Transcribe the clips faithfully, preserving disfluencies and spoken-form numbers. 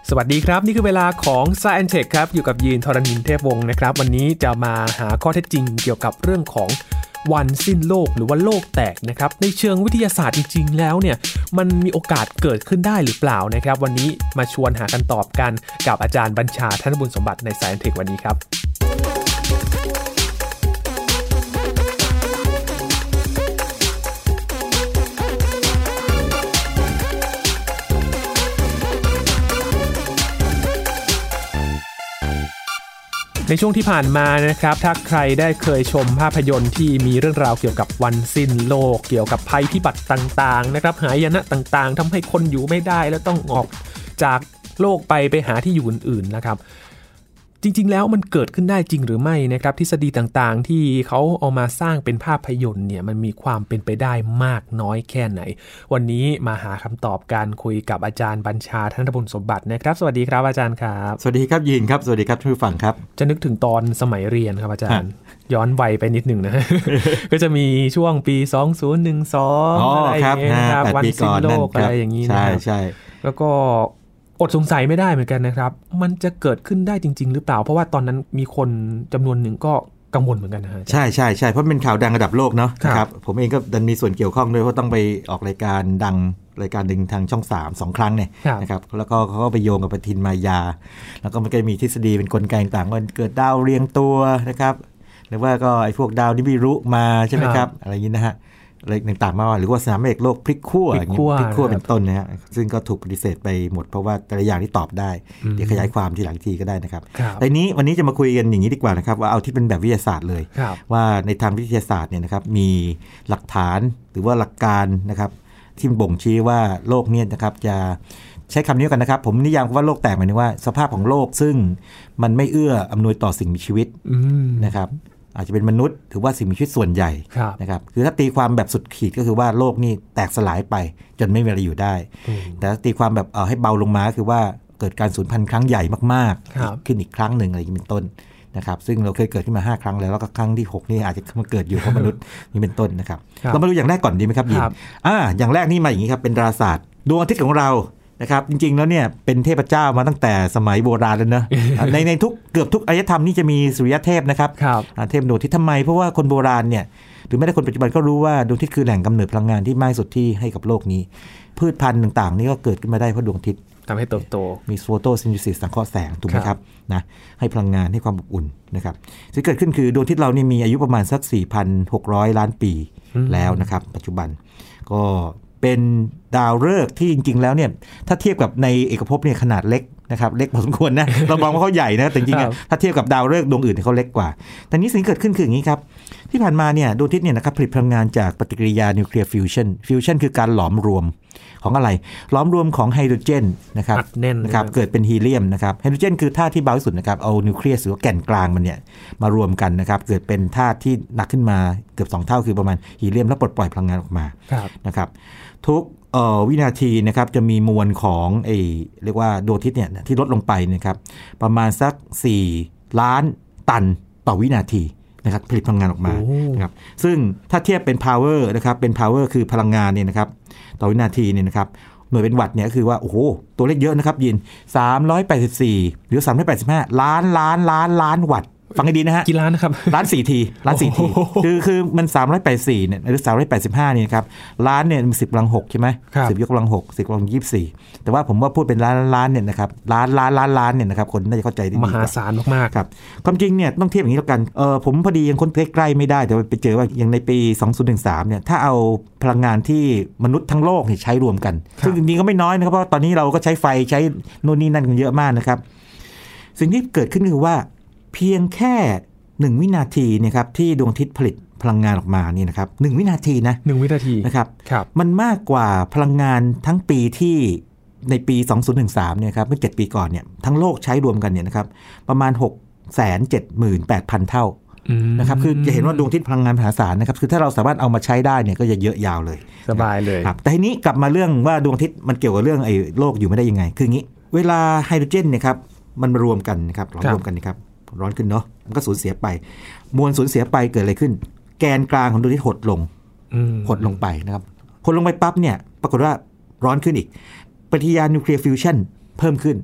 สวัสดีครับนี่คือเวลาของ Science Tech ครับอยู่กับยีนทรณินเทพวงศ์นะครับวันนี้จะมาหาข้อเท็จจริงเกี่ยวกับเรื่องของวันสิ้นโลกหรือว่าโลกแตกนะครับในเชิงวิทยาศาสตร์จริงๆแล้วเนี่ยมันมีโอกาสเกิดขึ้นได้หรือเปล่านะครับวันนี้มาชวนหาคำตอบกันกับอาจารย์บัญชาธนบุญสมบัติใน Science Tech วันนี้ครับในช่วงที่ผ่านมานะครับถ้าใครได้เคยชมภาพยนตร์ที่มีเรื่องราวเกี่ยวกับวันสิ้นโลกเกี่ยวกับภัยพิบัติต่างๆนะครับหายนะต่างๆทำให้คนอยู่ไม่ได้แล้วต้องออกจากโลกไปไปหาที่อยู่อื่นๆนะครับจริงๆแล้วมันเกิดขึ้นได้จริงหรือไม่นะครับทฤษฎีต่างๆที่เขาเอามาสร้างเป็นภาพยนตร์เนี่ยมันมีความเป็นไปได้มากน้อยแค่ไหนวันนี้มาหาคำตอบการคุยกับอาจารย์บัญชาธนบุญสมบัตินะครับสวัสดีครับอาจารย์ครับสวัสดีครับยินครับสวัสดีครับท่านผู้ฟังครับจะนึกถึงตอนสมัยเรียนครับอาจารย์ย้อนวัยไปนิดหนึ่งนะ ก็จะมีช่วงปีสองพันสิบสองอะไรอย่างเงี้ยนะครับวันสิ้นโลกอะไรอย่างงี้นะใช่ๆแล้วก็อดสงสัยไม่ได้เหมือนกันนะครับมันจะเกิดขึ้นได้จริงๆหรือเปล่าเพราะว่าตอนนั้นมีคนจำนวนหนึ่งก็กังวลเหมือนกันนะฮะใช่ใช่ใช่เพราะเป็นข่าวดังระดับโลกเนาะนะครับผมเองก็ดันมีส่วนเกี่ยวข้องด้วยเพราะต้องไปออกรายการดังรายการดึงทางช่องสาม สองครั้งเนี่ยนะครับแล้วก็เขาก็ไปโยงกับปฏิทินมายาแล้วก็มันก็มีทฤษฎีเป็นกลไกต่างๆว่าเกิดดาวเรียงตัวนะครับหรือว่าก็ไอ้พวกดาวนิบิรุมาใช่ไหมครับอะไรอย่างนี้นะฮะอะไรต่างๆมาหรือว่าสนามเอกโลกพลิกขั้วพลิกขั้วเป็นต้นนะฮะซึ่งก็ถูกปฏิเสธไปหมดเพราะว่าแต่ละอย่างที่ตอบได้เดี๋ยวขยายความทีหลังทีก็ได้นะครับแต่นี้วันนี้จะมาคุยกันอย่างนี้ดีกว่านะครับว่าเอาที่เป็นแบบวิทยาศาสตร์เลยว่าในทางวิทยาศาสตร์เนี่ยนะครับมีหลักฐานหรือว่าหลักการนะครับที่บ่งชี้ว่าโลกเนี่ยนะครับจะใช้คำนี้กันนะครับผมนิยามว่าโลกแตกหมายถึงว่าสภาพของโลกซึ่งมันไม่เอื้ออำนวยต่อสิ่งมีชีวิตนะครับอาจจะเป็นมนุษย์ถือว่าสิ่งมีชีวิตส่วนใหญ่นะครับคือถ้าตีความแบบสุดขีดก็คือว่าโลกนี่แตกสลายไปจนไม่มีอะไรอยู่ได้แต่ตีความแบบเอาให้เบาลงมาคือว่าเกิดการสูญพันธุ์ครั้งใหญ่มากๆขึ้นอีกครั้งหนึ่งอะไรอย่างนี้เป็นต้นนะครับซึ่งเราเคยเกิดขึ้นมาห้าครั้งแล้วแล้วก็ครั้งที่หกนี่อาจจะมาเกิดอยู่เพราะมนุษย์นี่เป็นต้นนะครับเรามาดูอย่างแรกก่อนดีไหมครับยินอ่าอย่างแรกนี่มาอย่างนี้ครับเป็นดาราศาสตร์ดวงอาทิตย์ของเรานะครับจริงๆแล้วเนี่ยเป็นเทพเจ้ามาตั้งแต่สมัยโบราณแล้วนะ ในในทุกเกือบทุกอารยธรรมนี่จะมีสุริยเทพนะครับเทพดวงอาทิตย์ทำไมเพราะว่าคนโบราณเนี่ยหรือแม้แต่คนปัจจุบันก็รู้ว่าดวงอาทิตย์คือแหล่งกำเนิดพลังงานที่มากที่สุดที่ให้กับโลกนี้พืชพันธุ์ต่างๆนี่ก็เกิดขึ้นมาได้เพราะดวงอาทิตย์ทำให้เติบโตมีโฟโตซินเทซิสสังเคราะห์แสงถูกไหมครับนะให้พลังงานให้ความอบอุ่นนะครับสิ่งที่เกิดขึ้นคือดวงอาทิตย์เรานี่มีอายุประมาณสัก สี่พันหกร้อย ล้านปีแล้วนะครับปัจจุบันก็เป็นดาวฤกษ์ที่จริงๆแล้วเนี่ยถ้าเทียบกับในเอกภพเนี่ยขนาดเล็กนะครับเล็กพอสมควรนะ เรามองว่าเขาใหญ่นะแต่จริงๆถ้าเทียบกับดาวฤกษ์ดวงอื่นเขาเล็กกว่าแต่นี้สิ่งที่เกิดขึ้นคืออย่างนี้ครับที่ผ่านมาเนี่ยดวงอาทิตย์เนี่ยนะครับผลิตพลังงานจากปฏิกิริยานิวเคลียร์ฟิวชันฟิวชันคือการหลอมรวมของอะไรหลอมรวมของไฮโดรเจนนะครับนะครับเกิดเป็นฮีเลียมนะครับไฮโดรเจนคือธาตุที่เบาที่สุดนะครับเอานิวเคลียสหรือแก่นกลางมันเนี่ยมารวมกันนะครับเกิดเป็นธาตุที่หนักขึ้นมาเกือบสองเท่าคือประมาณฮีเลียมแล้วปลดปล่อยพลังงานออกมานะครับทุกเอ่อวินาทีนะครับจะมีมวลของไอ้เรียกว่าดวงอาทิตย์เนี่ยที่ลดลงไปนะครับประมาณสักสี่ล้านตันต่อวินาทีนะครับผลิตพลังงานออกมานะครับซึ่งถ้าเทียบเป็น power นะครับเป็น power คือพลังงานเนี่ยนะครับต่อวินาทีเนี่ยนะครับหน่วยเป็นวัตต์เนี่ยคือว่าโอ้โหตัวเลขเยอะนะครับยินสามร้อยแปดสิบสี่หรือสามร้อยแปดสิบห้าล้านล้านล้านล้านวัตต์ฟังให้ดีนะฮะกี่ล้านนะครับล้านสี่ทีล้านสี่ทีคือคือมันสามร้อยแปดสิบสี่เนี่ยหรือสามร้อยแปดสิบห้านี่ครับล้านเนี่ยมันสิบกำลังหกใช่ไหมสิบยกกำลังหกสิบกำลังยี่สิบสี่แต่ว่าผมว่าพูดเป็นล้านล้านเนี่ยนะครับล้านล้านล้านล้านเนี่ยนะครับคนน่าจะเข้าใจได้ดีมหาศาลมากๆครับความจริงเนี่ยต้องเทียบอย่างนี้แล้วกันเออผมพอดียังค้นใกล้ๆไม่ได้แต่ไปเจอว่าอย่างในปีสองพันสิบสามเนี่ยถ้าเอาพลังงานที่มนุษย์ทั้งโลกใช้รวมกันซึ่งจริงๆก็ไม่น้อยนะครับเพราะตอนนี้เราก็ใช้ไฟใช้โน่นนี่นั่นกันเยอะมากนะครับสิ่งที่เกิดขึ้นคือว่าเพียงแค่หนึ่งวินาทีนะครับที่ดวงอาทิตย์ผลิตพลังงานออกมานี่นะครับหนึ่งวินาทีนะหนึ่งวินาทีนะครับมันมากกว่าพลังงานทั้งปีที่ในปีสองพันสิบสามเนี่ยครับเมื่อเจ็ดปีก่อนเนี่ยทั้งโลกใช้รวมกันเนี่ยนะครับประมาณ หกแสนเจ็ดหมื่นแปดพัน เท่านะครับคือจะเห็นว่าดวงอาทิตย์พลังงานมหาศาลนะครับคือถ้าเราสามารถเอามาใช้ได้เนี่ยก็จะเยอะยาวเลยสบายเลยครับแต่ทีนี้กลับมาเรื่องว่าดวงอาทิตย์มันเกี่ยวกับเรื่องไอ้โลกอยู่ไม่ได้ยังไงคืองี้เวลาไฮโดรเจนเนี่ยครับมันมารวมกันนะครับรวมกันนะครับร้อนขึ้นเนาะมันก็สูญเสียไปมวลสูญเสียไปเกิดอะไรขึ้นแกนกลางของดวงอาทิตย์หดลงหดลงไปนะครับหดลงไปปั๊บเนี่ยปรากฏว่าร้อนขึ้นอีกปฏิกิริยานิวเคลียร์ฟิวชันเพิ่มขึ้น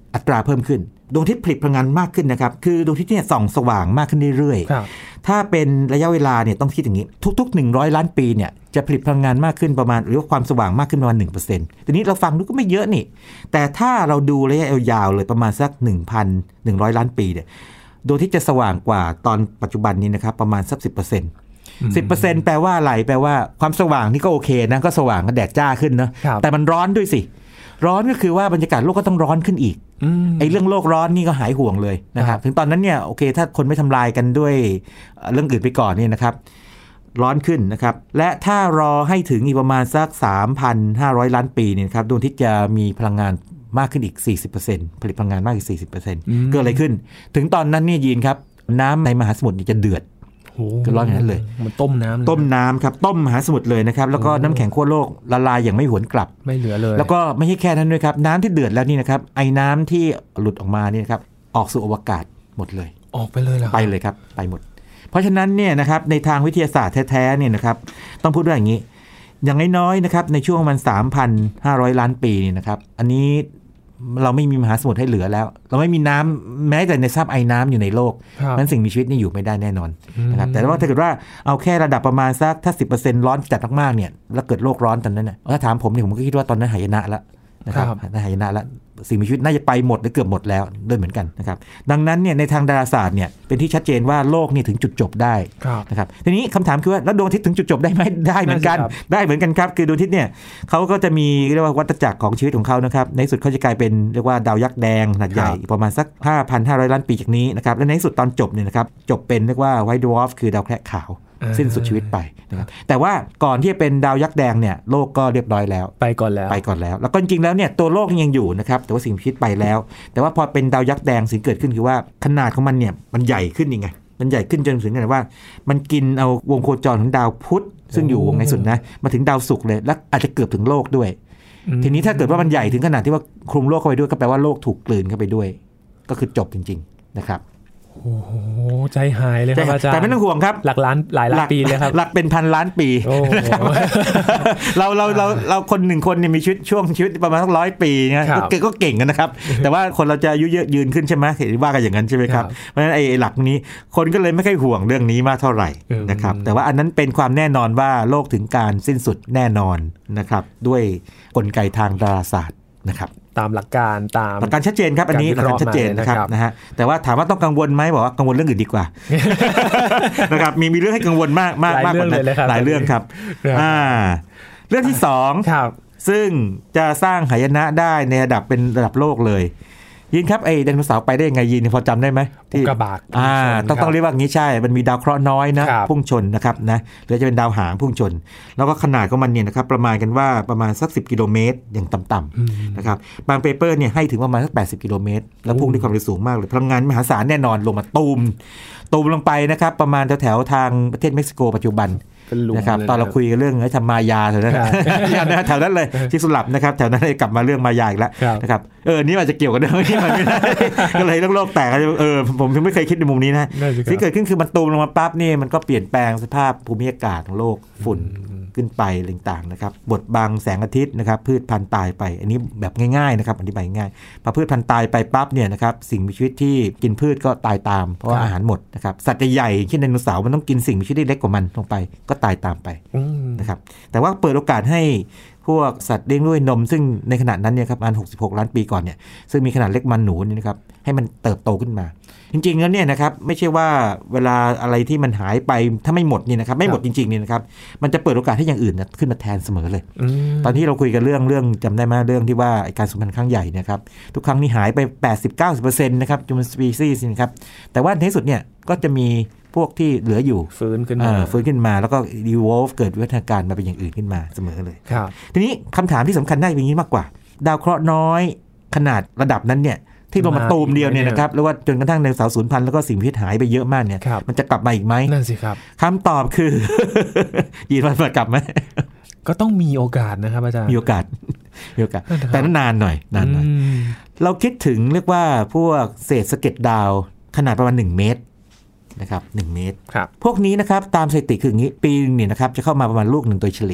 อัตราเพิ่มขึ้นดวงอาทิตย์ผลิตพลังงานมากขึ้นนะครับคือดวงอาทิตย์เนี่ยส่องสว่างมากขึ้นเรื่อยๆถ้าเป็นระยะเวลาเนี่ยต้องคิดอย่างนี้ทุกๆหนึ่งร้อยล้านปีเนี่ยจะผลิตพลังงานมากขึ้นประมาณหรือว่าความสว่างมากขึ้นประมาณ หนึ่งเปอร์เซ็นต์ ทีนี้เราฟังดูก็ไม่เยอะนี่แต่ถ้าเราดูระยะยาวๆเลยประมาณสัก หนึ่งพันหนึ่งร้อย ล้านปีเนี่ยดวงอาทิตย์จะสว่างกว่าตอนปัจจุบันนี้นะครับประมาณสัก สิบเปอร์เซ็นต์สิบเปอร์เซ็นต์ แปลว่าอะไรแปลว่าความสว่างนี่ก็โอเคนะก็สว่างก็แดดจ้าขึ้นนะแต่มันร้อนด้วยสิร้อนก็คือว่าบรรยากาศโลกก็ต้องร้อนขึ้นอีกไอ้เรื่องโลกร้อนนี่ก็หายห่วงเลยนะครับถึงตอนนั้นเนี่ยโอเคถ้าคนไม่ทำลายกันด้วยเรื่องอื่นไปก่อนเนี่ยนะครับร้อนขึ้นนะครับและถ้ารอให้ถึงอีกประมาณสัก สามพันห้าร้อย ล้านปีเนี่ยครับดวงอาทิตย์จะมีพลังงานมากขึ้นอีก สี่สิบเปอร์เซ็นต์ ผลิตพลังงานมากอีก สี่สิบเปอร์เซ็นต์ เกิดอะไรขึ้นถึงตอนนั้นเนี่ยยีนครับน้ำในมหาสมุทรจะเดือดก็ร้อนอย่างนั้นเลยมันต้มน้ำต้มน้ำครับต้มมหาสมุทรเลยนะครับแล้วก็น้ำแข็งขั้วโลกละลายอย่างไม่หวนกลับไม่เหลือเลยแล้วก็ไม่ใช่แค่นั้นด้วยครับน้ำที่เดือดแล้วนี่นะครับไอ้น้ำที่หลุดออกมานี่นะครับออกสู่อวกาศหมดเลยออกไปเลยเหรอไปเลยครับไปหมดเพราะฉะนั้นเนี่ยนะครับในทางวิทยาศาสตร์แท้ๆเนี่ยนะครับต้องพูดว่าอย่างนี้อย่างน้อยๆนะครับในช่วงมัน สามพันห้าร้อย ล้านปีนี่นะครับอันนี้เราไม่มีมหาสมุทรให้เหลือแล้วเราไม่มีน้ำแม้แต่ในซับไอน้ำอยู่ในโลกนั้นสิ่งมีชีวิตนี่อยู่ไม่ได้แน่นอนนะครับแต่ว่าถ้าเกิดว่าเอาแค่ระดับประมาณสักถ้า สิบเปอร์เซ็นต์ ร้อนจัดมากๆเนี่ยแล้วเกิดโลกร้อนตอนนั้นน่ะถ้าถามผมเนี่ยผมก็คิดว่าตอนนั้นหายนะแล้วนะครับหายนะแล้วสิ่งมีชีวิตน่าจะไปหมดหรือเกือบหมดแล้วด้วยเหมือนกันนะครับดังนั้นเนี่ยในทางดาราศาสตร์เนี่ยเป็นที่ชัดเจนว่าโลกนี่ถึงจุดจบได้นะครับทีนี้คำถามคือว่าแล้วดวงอาทิตย์ถึงจุดจบได้ไหมได้เหมือนกันได้เหมือนกันครับคือดวงอาทิตย์เนี่ยเขาก็จะมีเรียกว่าวัฏจักรของชีวิตของเขานะครับในสุดเขาจะกลายเป็นเรียกว่าดาวยักษ์แดงขนาดใหญ่ประมาณสัก ห้าพันห้าร้อย ล้านปีจากนี้นะครับและในที่สุดตอนจบเนี่ยนะครับจบเป็นเรียกว่าไวท์ดวอร์ฟคือดาวแคระขาวสิ้นสุดชีวิตไปนะครับแต่ว่าก่อนที่จะเป็นดาวยักษ์แดงเนี่ยโลกก็เรียบร้อยแล้วไปก่อนแล้วไปก่อนแล้วแล้วก็จริงๆแล้วเนี่ยตัวโลกยังอยู่นะครับแต่ว่าสิ่งมีชีวิตไปแล้วแต่ว่าพอเป็นดาวยักษ์แดงสิ่งเกิดขึ้นคือว่าขนาดของมันเนี่ยมันใหญ่ขึ้นยังไงมันใหญ่ขึ้นจนถึงขนาดว่ามันกินเอาวงโคจรของดาวพุธซึ่งอยู่วงในสุดนะมาถึงดาวศุกร์เลยและอาจจะเกือบถึงโลกด้วยทีนี้ถ้าเกิดว่ามันใหญ่ถึงขนาดที่ว่าคลุมโลกเข้าไปด้วยก็แปลว่าโลกถูกกลืนเข้าไปด้วยก็คือจบจริงๆนะครับโอ้โหใจหายเลยครับอาจารย์แต่ไม่ต้องห่วงครับหลักล้านหลายล้านปีเลยครับหลักเป็นพันล้านปีเราเราเราเราคนหนึ่งคนเนี่ยมีชีวิตช่วงชีวิตประมาณสักร้อยปีนะก็เก่งกันนะครับแต่ว่าคนเราจะอายุเยอะยืนขึ้นใช่ไหมเห็นว่ากันอย่างนั้นใช่ไหมครับเพราะฉะนั้นไอ้หลักนี้คนก็เลยไม่ค่อยห่วงเรื่องนี้มากเท่าไหร่นะครับแต่ว่าอันนั้นเป็นความแน่นอนว่าโลกถึงการสิ้นสุดแน่นอนนะครับด้วยกลไกทางดาราศาสตร์นะครับตามหลักการตามหลักการชัดเจนครับอันนี้หลักการชัดเจนนะครับนะฮะแต่ว่าถามว่าต้องกังวลไหมบอกว่ากังวลเรื่องอื่นดีกว่านะครับมีมีเรื่องให้กังวลมากมากมากกว่านั้นหลายเรื่องครับอ่าเรื่องที่สองซึ่งจะสร้างหายนะได้ในระดับเป็นระดับโลกเลยยินครับไอ้ไดโนเสาร์ไปได้ยังไงยินพอจำได้ไหมที่อุกกาบาตอ่าต้องต้องเรียกว่างี้ใช่มันมีดาวเคราะห์น้อยนะพุ่งชนนะครับนะหรือจะเป็นดาวหางพุ่งชนแล้วก็ขนาดของมันเนี่ยนะครับประมาณกันว่าประมาณสักสิบกิโลเมตรอย่างต่ำๆนะครับบางเปเปอร์เนี่ยให้ถึงประมาณสักแปดสิบกิโลเมตรแล้วพุ่งด้วยความเร็วสูงมากเลยพลังงานมหาศาลแน่นอนลงมาตูมตูมลงไปนะครับประมาณแถวๆทางประเทศเม็กซิโกปัจจุบันนะครับตอนเราคุยกันเรื่องไอ้ทำมายาแถวนั้นแถวนั้นเลยที่สุลับนะครับแถวนั้นเลยกลับมาเรื่องมายาอีกแล้วนะครับเออนี่อาจจะเกี่ยวกันด้วยที่มันไม่ได้ก็เลยเรื่องโลกแตกเออผมยังไม่เคยคิดในมุมนี้นะที่เกิดขึ้นคือมันตูมลงมาปั๊บนี่มันก็เปลี่ยนแปลงสภาพภูมิอากาศของโลกฝุ่นขึ้นไปต่างๆนะครับบดบังแสงอาทิตย์นะครับพืชพันธุ์ตายไปอันนี้แบบง่ายๆนะครับอธิบายง่ายพอพืชพันธุ์ตายไปปั๊บเนี่ยนะครับสิ่งมีชีวิตที่กินพืชก็ตายตามเพราะว่าอาหารหมดนะครับสัตว์ใหญ่เช่นไดโนเสาร์มันต้องกินสิ่งมีชีวิตที่เล็กกว่ามันลงไปก็ตายตามไปนะครับแต่ว่าเปิดโอกาสให้พวกสัตว์เลี้ยงด้วยนมซึ่งในขณะนั้นเนี่ยครับประมาณหกสิบหกล้านปีก่อนเนี่ยซึ่งมีขนาดเล็กมันหนูนี่นะครับให้มันเติบโตขึ้นมาจริงๆแล้วเนี่ยนะครับไม่ใช่ว่าเวลาอะไรที่มันหายไปถ้าไม่หมดนี่นะครับไม่หมดจริงๆนี่นะครับมันจะเปิดโอกาสให้อย่างอื่นนะขึ้นมาแทนเสมอเลยตอนที่เราคุยกันเรื่องเรื่องจำได้ไหมเรื่องที่ว่าการสูญพันธุ์ครั้งใหญ่นะครับทุกครั้งนี่หายไป แปดสิบถึงเก้าสิบเปอร์เซ็นต์ นะครับจำนวนสปีชีส์นะครับแต่ว่าในที่สุดเนี่ยก็จะมีพวกที่เหลืออยู่ฟื้นขึ้นมาฟื้นขึ้นมาแล้วก็รีโวลฟ์เกิดวิวัฒนาการมาเป็นอย่างอื่นขึ้นมาเสมอเลยทีนี้คำถามที่สำคัญได้เป็นอย่างนี้มากกว่าดาวเคราะห์น้อยขนาดระดับนั้นเนี่ยที่ลงมาตูมเดียวเนี่ยนะครับแล้วว่าจนกระทั่งในเสาสูญพันธุ์แล้วก็สิ่งมีชีวิตหายไปเยอะมากเนี่ยมันจะกลับมาอีกไหมนั่นสิครับคำตอบคือ ยีนมันจะกลับไหมก็ต้องมีโอกาสนะครับอาจารย์มีโอกาสมีโอกาสแต่นานหน่อยนานหน่อยเราคิดถึงเรียกว่าพวกเศษสะเก็ดดาวขนาดประมาณหนึ่งเมตรนะครับหนึ่งเมตรพวกนี้นะครับตามสถิติคืออย่างนี้ปีนึงเนี่ยนะครับจะเข้ามาประมาณลูกหนึ่งโดยเฉลี่ย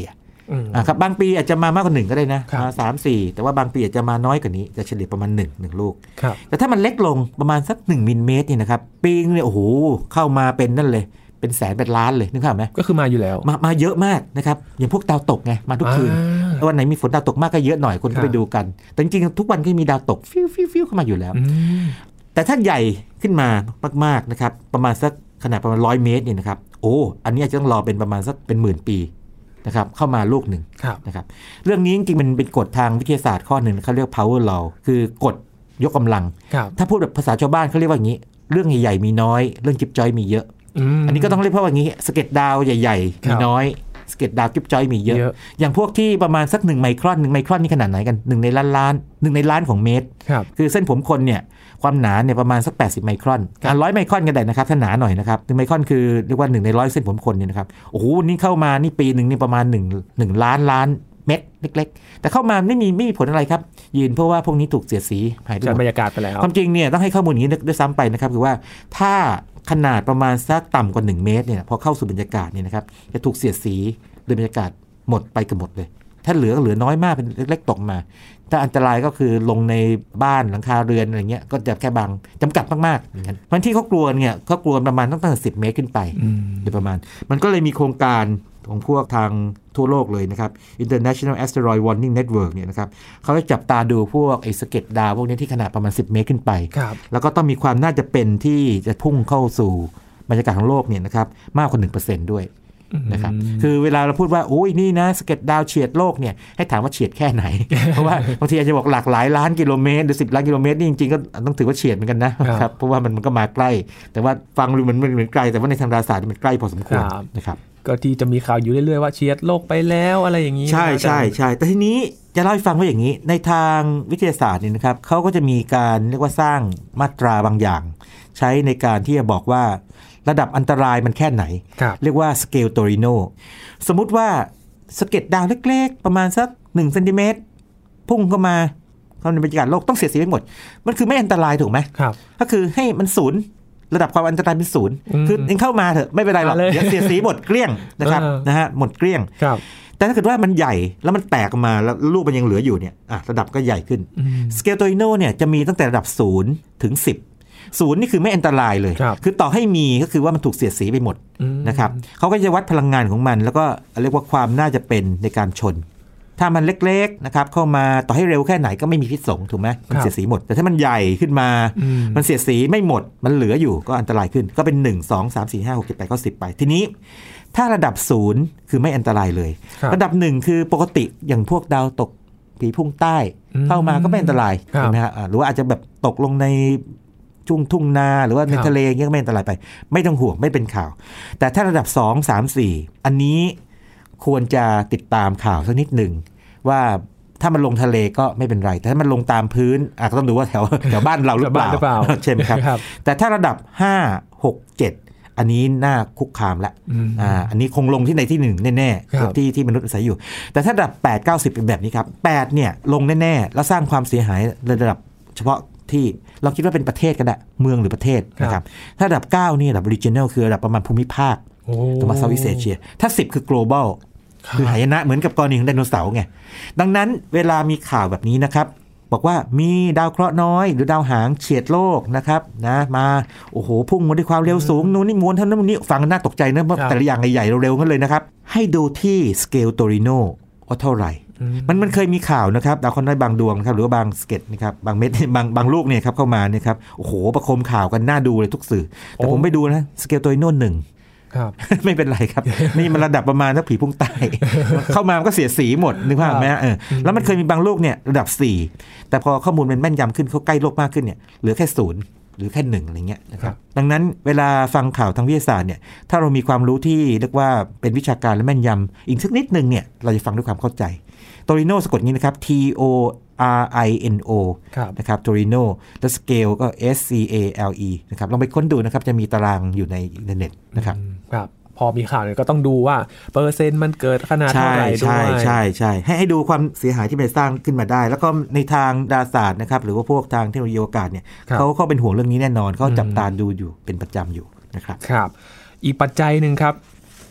อ่าครับบางปีอาจจะมามากกว่าหนึ่งก็ได้นะมาสามสี่แต่ว่าบางปีอาจจะมาน้อยกว่านี้จะเฉลี่ยประมาณหนึ่ง หนึ่งลูกแต่ถ้ามันเล็กลงประมาณสักหนึ่งมิลลิเมตรนี่นะครับปีนึงเนี่ยโอ้โหเข้ามาเป็นนั่นเลยเป็นแสนเป็นล้านเลยนึกภาพไหมก็คือมาอยู่แล้วมามาเยอะมากนะครับอย่างพวกดาวตกไงมาทุกคืนวันไหนมีฝนดาวตกมากก็เยอะหน่อยคนก็ไปดูกันแต่จริงๆทุกวันก็มีดาวตกฟิวฟิวฟิวเข้ามาอยู่แล้วแต่ถ้าใหญ่ขึ้นมามากๆนะครับประมาณสักขนาดประมาณร้อยเมตรเนี่ยนะครับโอ้อันนี้อาจจะต้องรอเป็นประมาณสักเป็นหมื่นปีนะครับเข้ามาลูกหนึ่งนะครับเรื่องนี้จริงๆมันเป็นกฎทางวิทยาศาสตร์ข้อหนึ่งเขาเรียก power law คือกฎยกกำลังถ้าพูดแบบภาษาชาวบ้านเขาเรียกว่าอย่างนี้เรื่องใหญ่ๆมีน้อยเรื่องจิ๊บจ้อยมีเยอะอันนี้ก็ต้องเรียกเพราะว่าอย่างนี้สเก็ตดาวใหญ่ๆมีน้อยสเก็ตดาวจิ๊บจ้อยมีเยอะอย่างพวกที่ประมาณสักหนึ่งไมครอนหนึ่งไมครอนนี่ขนาดไหนกันหนึ่งในล้านล้านหนึ่งในล้านของเมตรคือเส้นผมคนเนี่ยความหนาเนี่ยประมาณสักแปดสิบไมครอนอ่ะร้อยไมครอนกันได้นะครับถ้าหนาหน่อยนะครับหนึ่งไมครอนคือเรียกว่าหนึ่งในร้อยเส้นผมคนเนี่ยนะครับโอ้โหนี่เข้ามานี่ปีนึงนี่ประมาณ1 1ล้านล้านเม็ดเล็กๆแต่เข้ามาไม่มีไม่มีผลอะไรครับยืนเพราะว่าพวกนี้ถูกเสียดสีหายไปหมดบรรยากาศไปแล้วความจริงเนี่ยต้องให้ข้อมูลอย่างนี้ด้วยซ้ำไปนะครับคือว่าถ้าขนาดประมาณสักต่ำกว่าหนึ่งเมตรเนี่ยพอเข้าสู่บรรยากาศเนี่ยนะครับจะถูกเสียดสีโดยบรรยากาศหมดไปกับหมดเลยถ้าเหลือก็เหลือน้อยมากเป็นเล็กๆตกมาถ้าอันตรายก็คือลงในบ้านหลังคาเรือนอะไรเงี้ยก็จะแค่บางจำกัดมากๆอย่างนั้นวันที่เขากลัวเนี่ยเขากลัวประมาณตั้งแต่สิบเมตรขึ้นไปโดยประมาณมันก็เลยมีโครงการของพวกทางทั่วโลกเลยนะครับ International Asteroid Warning Network เนี่ยนะครับเขาจะจับตาดูพวกไอ้สะเก็ดดาวพวกนี้ที่ขนาดประมาณสิบเมตรขึ้นไปแล้วก็ต้องมีความน่าจะเป็นที่จะพุ่งเข้าสู่บรรยากาศของโลกเนี่ยนะครับมากกว่า หนึ่งเปอร์เซ็นต์ ด้วยนะครับคือเวลาเราพูดว่าโอ้ยนี่นะสเก็ตดาวเฉียดโลกเนี่ยให้ถามว่าเฉียดแค่ไหน เพราะว่าบางทีอาจจะบอกหลากหลายล้านกิโลเมตรหรือสิบล้านกิโลเมตรนี่จริงๆก็ต้องถือว่าเฉียดเหมือนกันนะครับเพราะว่ามันก็มาใกล้แต่ว่าฟังดูมันเหมือนไกลแต่ว่าในทางดาราศาสตร์มันใกล้พอสมควรนะครับก็ที่จะมีข่าวอยู่เรื่อยๆว่าเฉียดโลกไปแล้วอะไรอย่างนี้ใช่ใช่ใช่แต่ทีนี้จะเล่าให้ฟังว่าอย่างนี้ในทางวิทยาศาสตร์นี่นะครับเขาก็จะมีการเรียกว่าสร้างมาตราบางอย่างใช้ในการที่จะบอกว่าระดับอันตรายมันแค่ไหนเรียกว่าสเกลโตริโนสมมุติว่าสะเก็ดดาวเล็กๆประมาณสักหนึ่งเซนติเมตรพุ่งเข้ามาเข้าในบรรยากาศโลกต้องเสียสีไปหมดมันคือไม่อันตรายถูกไหมก็คือให้มันศูนย์ระดับความอันตรายเป็นศูนย์คือเองเข้ามาเถอะไม่เป็นไรหรอกเดี๋ยวเสียสีหมดเกลี้ยงนะครับนะฮะหมดเกลี้ยงแต่ถ้าเกิดว่ามันใหญ่แล้วมันแตกออกมาแล้วลูกมันยังเหลืออยู่เนี่ยอ่ะระดับก็ใหญ่ขึ้นสเกลโตริโนเนี่ยจะมีตั้งแต่ระดับศูนย์ถึงสิบศูนย์นี่คือไม่อันตรายเลยคือต่อให้มีก็คือว่ามันถูกเสียดสีไปหมดนะครับเขาก็จะวัดพลังงานของมันแล้วก็เรียกว่าความน่าจะเป็นในการชนถ้ามันเล็กๆนะครับเข้ามาต่อให้เร็วแค่ไหนก็ไม่มีพิษสงถูกไหมมันเสียดสีหมดแต่ถ้ามันใหญ่ขึ้นมามันเสียดสีไม่หมดมันเหลืออยู่ก็อันตรายขึ้นก็เป็นหนึ่ง สอง สาม สี่ ห้า หก เจ็ด แปด เก้า สิบไปทีนี้ถ้าระดับศูนย์คือไม่อันตรายเลยระดับหนึ่งคือปกติอย่างพวกดาวตกผีพุ่งใต้เข้ามาก็ไม่อันตรายถูกไหมฮะหรือว่าอาจจะแบบตกลงในทุ่งทุ่งนาหรือว่าในทะเลเงี้ยไม่อันตรายไปไม่ต้องห่วงไม่เป็นข่าวแต่ถ้าระดับสอง สาม สี่อันนี้ควรจะติดตามข่าวสักนิดหนึ่งว่าถ้ามันลงทะเลก็ไม่เป็นไรแต่ถ้ามันลงตามพื้นอาจจะต้องดูว่าแถวแถวบ้านเราหรือเปล่าใช่ไหมครับแต่ถ้าระดับห้า หก เจ็ดอันนี้น่าคุกคามละอ่าอันนี้คงลงที่ในที่หนึ่งแน่ๆที่ที่มนุษย์อาศัยอยู่แต่ถ้าระดับแปด เก้า สิบเป็นแบบนี้ครับแปดเนี่ยลงแน่ๆแล้วสร้างความเสียหายระดับเฉพาะที่เราคิดว่าเป็นประเทศก็ได้เมืองหรือประเทศนะครับถ้าระดับเก้านี่ระดับ regional คือระดับประมาณภูมิภาคตรงมาเซาท์อีสต์เอเชียถ้าสิบคือ global คือหายนะเหมือนกับกรณีของไดโนเสาร์ไงดังนั้นเวลามีข่าวแบบนี้นะครับบอกว่ามีดาวเคราะห์น้อยหรือดาวหางเฉียดโลกนะครับนะมาโอ้โหพุ่งมาด้วยความเร็วสูงนู้นนี่ม้วนเท่านั้นนี่ฟังน่าตกใจนะเพราะแต่ละอย่างใหญ่ๆเร็วๆกันเลยนะครับให้ดูที่สเกลโตริโนว่าเท่าไหร่มันมันเคยมีข่าวนะครับดาวเคราะห์น้อยบางดวงนะครับหรือว่าบางสเก็ตนะครับบางเม็ดบางบางลูกเนี่ยครับเข้ามาเนี่ยครับโอ้โหประโคมข่าวกันน่าดูเลยทุกสื่อแต่ผมไปดูนะสเกลโตริโนหนึ่งไม่เป็นไรครับนี่มันระดับประมาณนักผีพุ่งใต้ เข้ามามันก็เสียสีหมดนึกภาพไหมเออแล้วมันเคยมีบางลูกเนี่ยระดับสี่แต่พอข้อมูลมันแม่นยำขึ้นเขาใกล้โลกมากขึ้นเนี่ยเหลือแค่ศูนย์หรือแค่หนึ่งอะไรเงี้ยนะครับดังนั้นเวลาฟังข่าวทางวิทยาศาสตร์เนี่ยถ้าเรามีความรู้ที่เรียกว่าเป็นวิชาการและแม่นยำอีกสักนิดนึงเนี่ยเราจะฟังด้วยความเข้าใจโตริโนสะกดงี้นะครับ T O R I N O นะครับโตริโนแล้วสเกลก็ S C A L E นะครับลองไปค้นดูนะครับจะมีตารางอยู่ในอินเทอร์เน็ตนะครับครับพอมีข่าวเนี่ยก็ต้องดูว่าเปอร์เซ็นต์มันเกิดขนาดเท่าไหร่ด้วยใช่ใช่ใช่ให้ให้ดูความเสียหายที่มันสร้างขึ้นมาได้แล้วก็ในทางดาราศาสตร์นะครับหรือว่าพวกทางเทคโนโลยีอวกาศเนี่ยเขาเขาเป็นห่วงเรื่องนี้แน่นอนเขาจับตาดูอยู่เป็นประจำอยู่นะครับครับอีกปัจจัยหนึ่งครับ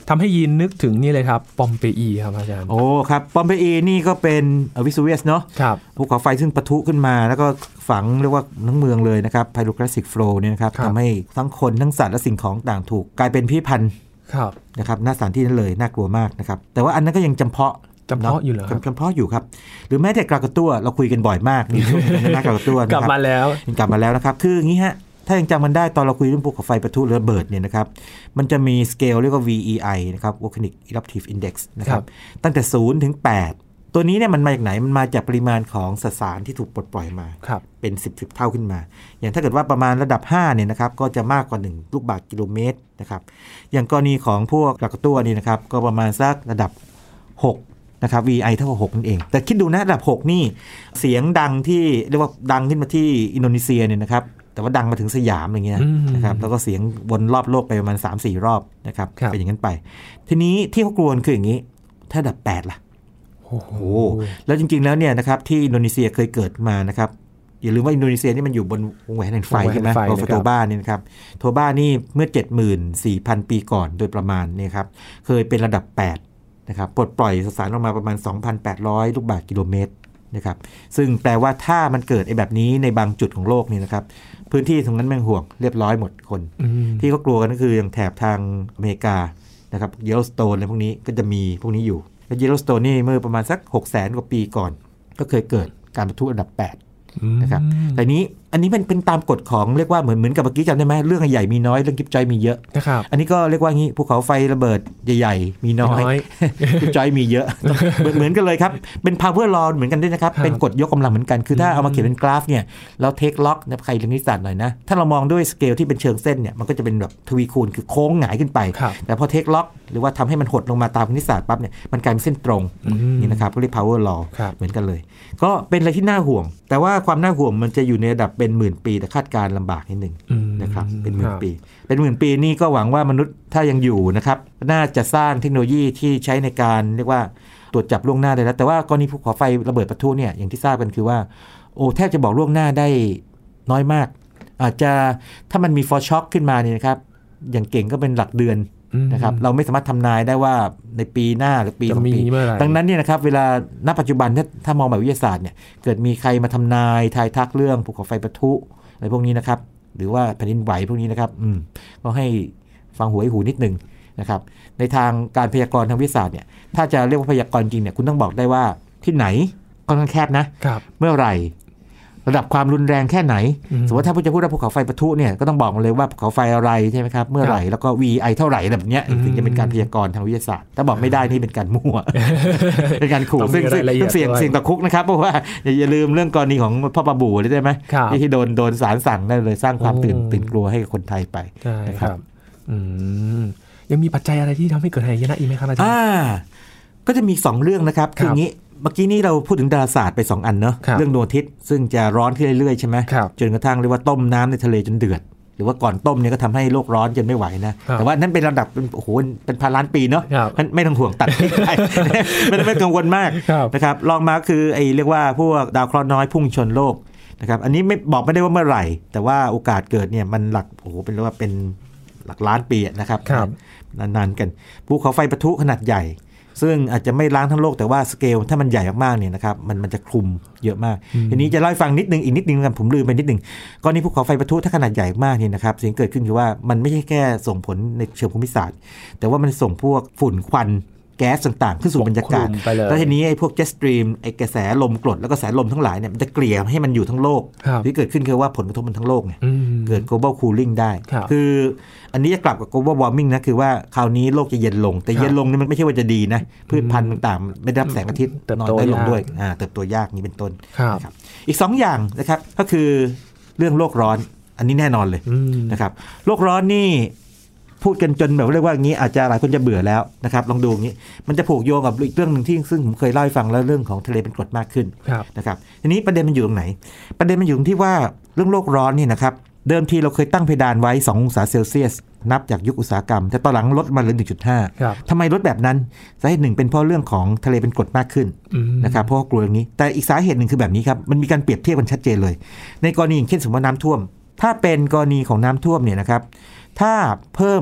ทำให้ยีนนึกถึงนี่เลยครับปอมเปอีครับอาจารย์โอ้ครับปอมเปอีนี่ก็เป็นวิสูเวียสเนาะภูเขาไฟซึ่งปะทุขึ้นมาแล้วก็ฝังเรียกว่าทั้งเมืองเลยนะครับไพโรคลาสติกโฟลว์เนี่ยนะครับทำให้ทั้งคนทั้งสัตว์และสิ่งของต่างถูกกลายเป็นพิพิธภัณฑ์นะครับหน้าสถานที่นั้นเลยน่ากลัวมากนะครับแต่ว่าอันนั้นก็ยังจำเพาะจำเพาะอยู่เหรอจำเพาะอยู่ครับหรือแม้แต่กรากตัวเราคุยกันบ่อยมากในช่วงนี้กรากตัวกลับมาแล้วกลับมาแล้วนะครับคืออย่างนี้ฮะถ้ายังจำมันได้ตอนเราคุยเรื่องภูเขาไฟปะทุหรือระเบิดเนี่ยนะครับมันจะมีสเกลเรียกว่า วี อี ไอ นะครับ Volcanic Eruptive Index นะครับตั้งแต่ศูนย์ถึงแปดตัวนี้เนี่ยมันมาจากไหนมันมาจากปริมาณของสสารที่ถูกปลดปล่อยมาเป็นสิบ สิบเท่าขึ้นมาอย่างถ้าเกิดว่าประมาณระดับห้าเนี่ยนะครับก็จะมากกว่าหนึ่งลูกบาศก์กิโลเมตรนะครับอย่างกรณีของพวกกรากตัวนี่นะครับก็ประมาณสักระดับหกนะครับ วี ไอ เท่ากับหกนั่นเองแต่คิดดูนะระดับหกนี่เสียงดังที่เรียกว่าดังขึ้นมาที่อินโดนีเซียเนี่ยนะครับแต่ว่าดังมาถึงสยามอย่างเงี้ยนะครับแล้วก็เสียงวนรอบโลกไปประมาณ สามสี่ รอบนะครับเป็นอย่างนั้นไปทีนี้ที่เขากลัวคืออย่างนี้ถ้าระดับแปดล่ะโอ้โหแล้วจริงๆแล้วเนี่ยนะครับที่อินโดนีเซียเคยเกิดมานะครับอย่าลืมว่าอินโดนีเซียนี่มันอยู่บนวงแหวนแห่งไฟใช่ไหมโอฟาโตบ้านี่นะครับโทบ้านี่เมื่อ เจ็ดหมื่นสี่พัน ปีก่อนโดยประมาณเนี่ยครับเคยเป็นระดับแปดนะครับปลดปล่อยสสารออกมาประมาณ สองพันแปดร้อย ลูกบาศก์กิโลเมตรนะครับซึ่งแปลว่าถ้ามันเกิดไอ้แบบนี้ในบางจุดของโลกนี่นะครับพื้นที่ตรงนั้นแม่งห่วงเรียบร้อยหมดคนที่เขากลัวกันก็คืออย่างแถบทางอเมริกานะครับเยลโลสโตนอะไรพวกนี้ก็จะมีพวกนี้อยู่แล้วเยลโลสโตนนี่เมื่อประมาณสัก หกแสน กว่าปีก่อนก็เคยเกิดการปะทุระดับแปดนะครับแต่นี้อันนี้มันเป็นตามกฎของเรียกว่าเหมือนเหมือนกับเมื่อกี้จำได้ไหมเรื่องใหญ่มีน้อยเรื่องกิ๊บจอยมีเยอะอันนี้ก็เรียกว่างี้ภูเขาไฟระเบิดใหญ่ๆมีน้อยกิ๊บจอยมีเยอะเหมือนกันเลยครับเป็น power law เหมือนกันด้วยนะครับเป็นกฎยกกำลังเหมือนกันคือถ้าเอามาเขียนเป็นกราฟเนี่ยเราเทคล็อกนะใครเรียนนิสสัตหน่อยนะถ้าเรามองด้วยสเกลที่เป็นเชิงเส้นเนี่ยมันก็จะเป็นแบบทวีคูณคือโค้งหงายขึ้นไปแต่พอเทคล็อกหรือว่าทำให้มันหดลงมาตามคณิตศาสตร์ปั๊บเนี่ยมันกลายเป็นเส้นตรงนี่นะครับก็เรียก power law เหมือนกันเลยก็เป็นอะไรที่น่าห่วงแต่ว่าความน่าห่วงมันจะอยู่ในระดับเป็นหมื่นปีแต่คาดการลำบากนิดหนึ่งนะครับเป็นหมื่นปีเป็นหมื่นปีนี่ก็หวังว่ามนุษย์ถ้ายังอยู่นะครับน่าจะสร้างเทคโนโลยีที่ใช้ในการเรียกว่าตรวจจับล่วงหน้าได้แล้วแต่ว่ากรณีภูเขาไฟระเบิดปะทุเนี่ยอย่างที่ทราบกันคือว่าโอ้แทบจะบอกล่วงหน้าได้น้อยมากอาจจะถ้ามันมีฟอร์ช็อคขึ้นมาเนี่ยนะครับอย่างเก่งก็เป็นหลักเดือนนะครับเราไม่สามารถทำนายได้ว่าในปีหน้าหรือปีสองปีดังนั้นเนี่ยนะครับเวลาณปัจจุบันถ้าถ้ามองแบบวิทยาศาสตร์เนี่ยเกิดมีใครมาทำนายทายทักเรื่องภูเขาไฟปะทุอะไรพวกนี้นะครับหรือว่าแผ่นดินไหวพวกนี้นะครับอืมก็ให้ฟังหูไอ้หูนิดนึงนะครับในทางการพยากรณ์ทางวิทยาศาสตร์เนี่ยถ้าจะเรียกว่าพยากรณ์จริงเนี่ยคุณต้องบอกได้ว่าที่ไหนค่อนข้างแคบนะเมื่อไหร่ระดับความรุนแรงแค่ไหนสมมติถ้าพูดจะพูดว่าภูเขาไฟปะทุเนี่ยก็ต้องบอกมาเลยว่าภูเขาไฟอะไรใช่ไหมครับเมื่อไหร่แล้วก็ วี ไอ เท่าไหร่แบบเนี้ยถึงจะเป็นการพยากรณ์ทางวิทยาศาสตร์ถ้าบอกไม่ได้นี่เป็นการมั่ว เป็นการขู่ซึ่งเสี่ยงเสี่ยงต่อคุกนะครับเพราะว่าอย่าลืมเรื่องกรณีของพ่อปาบูเลยได้ไหมที่โดนโดนศาลสั่งได้เลยสร้างความตื่นตื่นกลัวให้กับคนไทยไปนะครับยังมีปัจจัยอะไรที่ทำให้เกิดหายนะอีกไหมครับอาจารย์ก็จะมีสองเรื่องนะครับคืออย่างนี้เมื่อกี้นี้เราพูดถึงดาราศาสตร์ไปสองอันเนาะเรื่องดวงอาทิตย์ซึ่งจะร้อนขึ้นเรื่อยๆใช่ไหมจนกระทั่งเรียกว่าต้มน้ำในทะเลจนเดือดหรือว่าก่อนต้มเนี่ยก็ทำให้โลกร้อนจนไม่ไหวนะแต่ว่านั่นเป็นระดับโอ้โหเป็นพันล้านปีเนาะไม่ต้องห่วงตัดทิ้งได้ไม่ต้องไม่กังวลมากนะครับลองมาคือไอ้เรียกว่าพวกดาวเคราะห์น้อยพุ่งชนโลกนะครับอันนี้ไม่บอกไม่ได้ว่าเมื่อไหร่แต่ว่าโอกาสเกิดเนี่ยมันหลักโอ้โหเป็นเรียกว่าเป็นหลักล้านปีนะครับนานๆกันภูเขาไฟปะทุขนาดใหญ่ซึ่งอาจจะไม่ล้างทั้งโลกแต่ว่าสเกลถ้ามันใหญ่มากๆเนี่ยนะครับมันมันจะคลุมเยอะมากทีนี้จะเล่าให้ฟังนิดนึงอีกนิดนึงกันผมลืมไปนิดนึงกรณีภูเขาไฟปะทุถ้าขนาดใหญ่มากเนี่ยนะครับสิ่งเกิดขึ้นคือว่ามันไม่ใช่แค่ส่งผลในเชิงภูมิศาสตร์แต่ว่ามันส่งพวกฝุ่นควันแก๊สต่างๆขึ้นสู่บรรยากาศแล้วทีนี้ไอ้พวกเจ็ตสตรีมไอ้กระแสลมกรดแล้วก็กระแสลมทั้งหลายเนี่ยมันจะเกลี่ยให้มันอยู่ทั้งโลกที่เกิดขึ้นคือว่าผลกระทบมันทั้งโลกไงเกิด global cooling ได้คืออันนี้จะกลับกับ global warming นะคือว่าคราวนี้โลกจะเย็นลงแต่เย็นลงนี่มันไม่ใช่ว่าจะดีนะพืชพันธุ์ต่างๆไม่ได้รับแสงอาทิตย์นอนได้ลงด้วยอ่าเติบโตยากนี่เป็นต้นครับอีกสองอย่างนะครับก็คือเรื่องโลกร้อนอันนี้แน่นอนเลยนะครับโลกร้อนนี่พูดกันจนแบบเรียกว่าอย่างนี้อาจจะหลายคนจะเบื่อแล้วนะครับลองดูอย่างนี้มันจะผูกโยงกับอีกเรื่องนึงที่ซึ่งผมเคยเล่าให้ฟังแล้วเรื่องของทะเลเป็นกรดมากขึ้นนะครับทีนี้ประเด็นมันอยู่ตรงไหนประเด็นมันอยู่ที่ว่าเรื่องโลกร้อนนี่นะครับเดิมทีเราเคยตั้งเพดานไว้สององศาเซลเซียสนับจากยุคอุตสาหกรรมแต่ตอนหลังลดมาเหลือ หนึ่งจุดห้า ทำไมลดแบบนั้นสาเหตุหนึ่งเป็นเพราะเรื่องของทะเลเป็นกรดมากขึ้นนะครับเพราะกลัวอย่างนี้แต่อีกสาเหตุหนึ่งคือแบบนี้ครับมันมีการเปรียบเทียบกันชัดเจนเลยในกรณีอย่างเช่นสมมติว่าน้ำท่วมถ้าเป็นกรณีของน้ำท่วมเนี่ยนะครับถ้าเพิ่ม